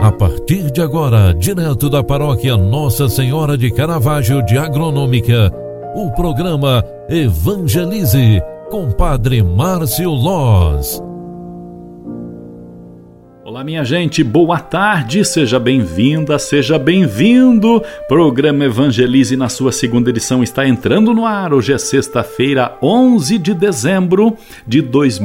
A partir de agora, direto da paróquia Nossa Senhora de Caravaggio de Agronômica, o programa Evangelize com Padre Márcio Loz. Olá, minha gente, boa tarde, seja bem-vinda, seja bem-vindo. Programa Evangelize na sua segunda edição está entrando no ar. Hoje é sexta-feira, 11 de dezembro de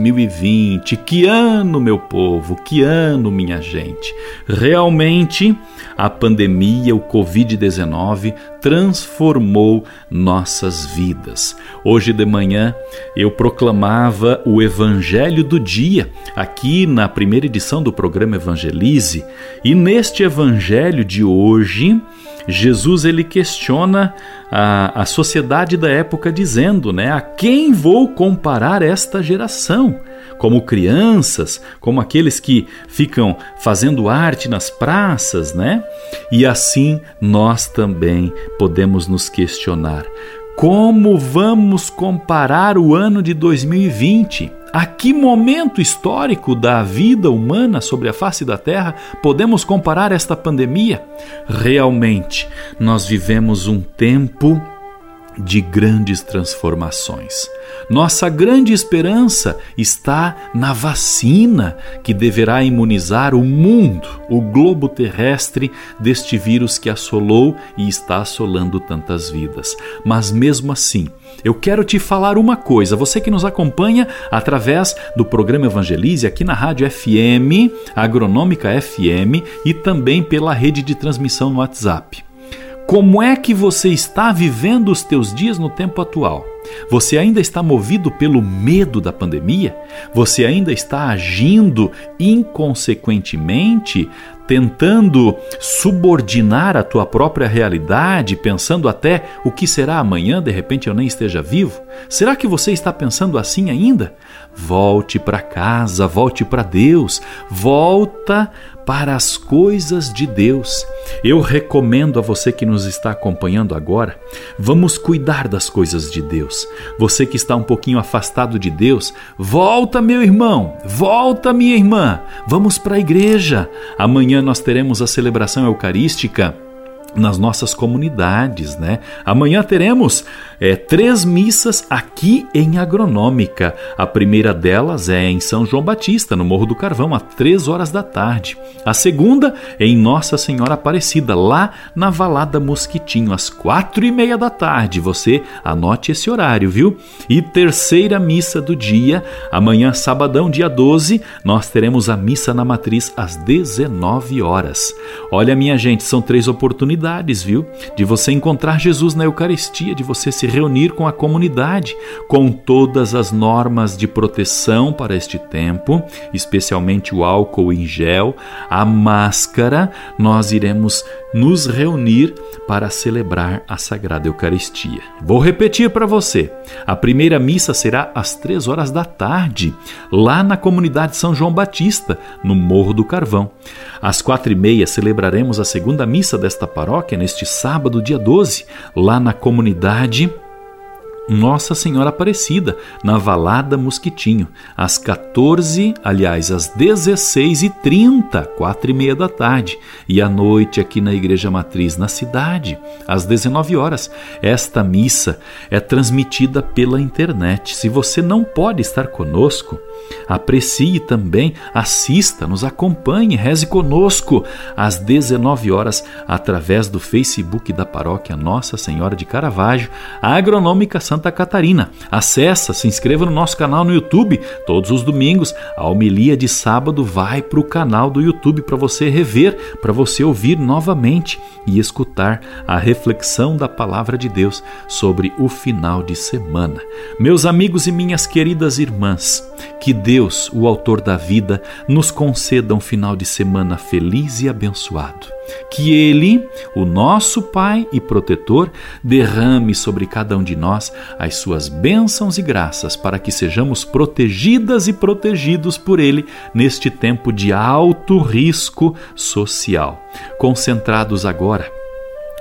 2020. Que ano, meu povo, que ano, minha gente. Realmente, a pandemia, o Covid-19, transformou nossas vidas. Hoje de manhã, eu proclamava o Evangelho do Dia, aqui na primeira edição do programa Evangelize, e neste Evangelho de hoje, Jesus ele questiona a sociedade da época dizendo, a quem vou comparar esta geração? Como crianças, como aqueles que ficam fazendo arte nas praças, E assim nós também podemos nos questionar. Como vamos comparar o ano de 2020? A que momento histórico da vida humana sobre a face da Terra podemos comparar esta pandemia? Realmente, nós vivemos um tempo de grandes transformações. Nossa grande esperança está na vacina que deverá imunizar o mundo, o globo terrestre deste vírus que assolou e está assolando tantas vidas. Mas mesmo assim, eu quero te falar uma coisa, você que nos acompanha através do programa Evangelize aqui na Rádio FM, Agronômica FM e também pela rede de transmissão no WhatsApp. Como é que você está vivendo os teus dias no tempo atual? Você ainda está movido pelo medo da pandemia? Você ainda está agindo inconsequentemente, tentando subordinar a tua própria realidade, pensando até o que será amanhã, de repente eu nem esteja vivo? Será que você está pensando assim ainda? Volte para casa, volte para Deus, volta para as coisas de Deus. Eu recomendo a você que nos está acompanhando agora, vamos cuidar das coisas de Deus. Você que está um pouquinho afastado de Deus, volta, meu irmão, volta, minha irmã, vamos para a igreja. Amanhã nós teremos a celebração eucarística nas nossas comunidades, Amanhã teremos 3 missas aqui em Agronômica. A primeira delas é em São João Batista, no Morro do Carvão, às 3 horas da tarde. A segunda é em Nossa Senhora Aparecida, lá na Valada Mosquitinho, às 4:30 da tarde. Você anote esse horário, viu? E terceira missa do dia, amanhã, sabadão, dia 12, nós teremos a missa na Matriz às 19 horas. Olha, minha gente, são 3 oportunidades, viu? De você encontrar Jesus na Eucaristia, de você se reunir com a comunidade, com todas as normas de proteção para este tempo, especialmente o álcool em gel, a máscara. Nós iremos nos reunir para celebrar a Sagrada Eucaristia. Vou repetir para você. A primeira missa será às 3 horas da tarde, lá na comunidade São João Batista, no Morro do Carvão. Às 4:30 celebraremos a segunda missa desta paróquia, neste sábado, dia 12, lá na comunidade Nossa Senhora Aparecida, na Valada Mosquitinho, às 16h30, 4:30 da tarde, e à noite aqui na Igreja Matriz, na cidade, às 19 horas. Esta missa é transmitida pela internet. Se você não pode estar conosco, aprecie também, assista, nos acompanhe, reze conosco às 19 horas através do Facebook da Paróquia Nossa Senhora de Caravaggio, Agronômica Santa Catarina. Acessa, se inscreva no nosso canal no YouTube. Todos os domingos, a homilia de sábado vai para o canal do YouTube para você rever, para você ouvir novamente e escutar a reflexão da Palavra de Deus sobre o final de semana. Meus amigos e minhas queridas irmãs, que Deus, o autor da vida, nos conceda um final de semana feliz e abençoado. Que Ele, o nosso Pai e protetor, derrame sobre cada um de nós as suas bênçãos e graças para que sejamos protegidas e protegidos por Ele neste tempo de alto risco social. Concentrados agora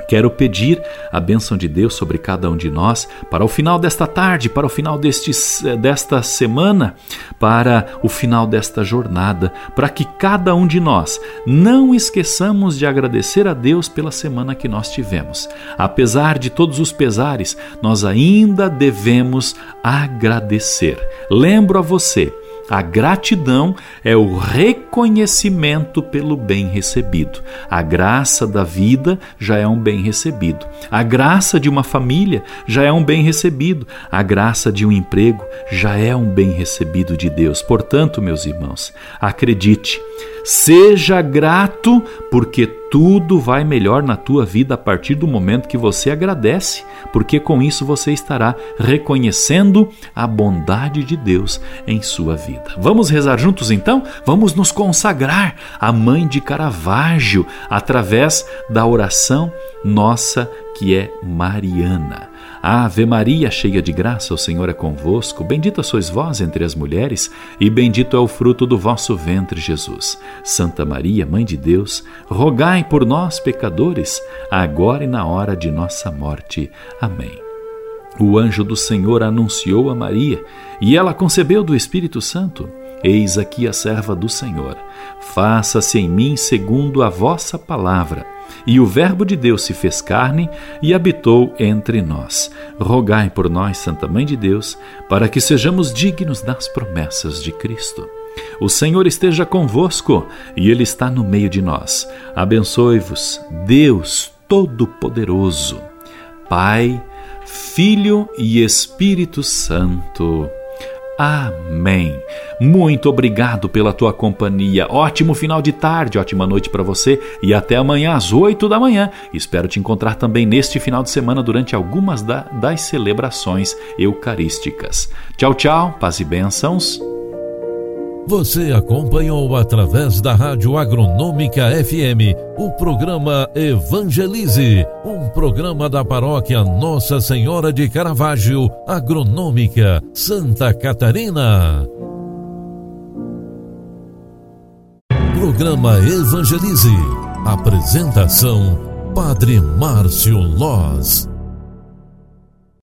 Quero pedir a bênção de Deus sobre cada um de nós para o final desta tarde, para o final desta semana, para o final desta jornada, para que cada um de nós não esqueçamos de agradecer a Deus pela semana que nós tivemos. Apesar de todos os pesares, nós ainda devemos agradecer. Lembro a você, a gratidão é o reconhecimento pelo bem recebido. A graça da vida já é um bem recebido. A graça de uma família já é um bem recebido. A graça de um emprego já é um bem recebido de Deus. Portanto, meus irmãos, acredite, seja grato, porque tudo vai melhor na tua vida a partir do momento que você agradece, porque com isso você estará reconhecendo a bondade de Deus em sua vida. Vamos rezar juntos então? Vamos nos consagrar à Mãe de Caravaggio através da oração nossa que é mariana. Ave Maria, cheia de graça, o Senhor é convosco. Bendita sois vós entre as mulheres, e bendito é o fruto do vosso ventre, Jesus. Santa Maria, Mãe de Deus, rogai por nós, pecadores, agora e na hora de nossa morte. Amém. O anjo do Senhor anunciou a Maria, e ela concebeu do Espírito Santo. Eis aqui a serva do Senhor. Faça-se em mim segundo a vossa palavra. E o Verbo de Deus se fez carne e habitou entre nós. Rogai por nós, Santa Mãe de Deus, para que sejamos dignos das promessas de Cristo. O Senhor esteja convosco e Ele está no meio de nós. Abençoe-vos, Deus Todo-Poderoso, Pai, Filho e Espírito Santo. Amém. Muito obrigado pela tua companhia. Ótimo final de tarde, ótima noite para você e até amanhã às 8 da manhã. Espero te encontrar também neste final de semana durante algumas das celebrações eucarísticas. Tchau, tchau, paz e bênçãos. Você acompanhou através da Rádio Agronômica FM o programa Evangelize, um programa da paróquia Nossa Senhora de Caravaggio, Agronômica, Santa Catarina. Programa Evangelize. Apresentação: Padre Márcio Loz.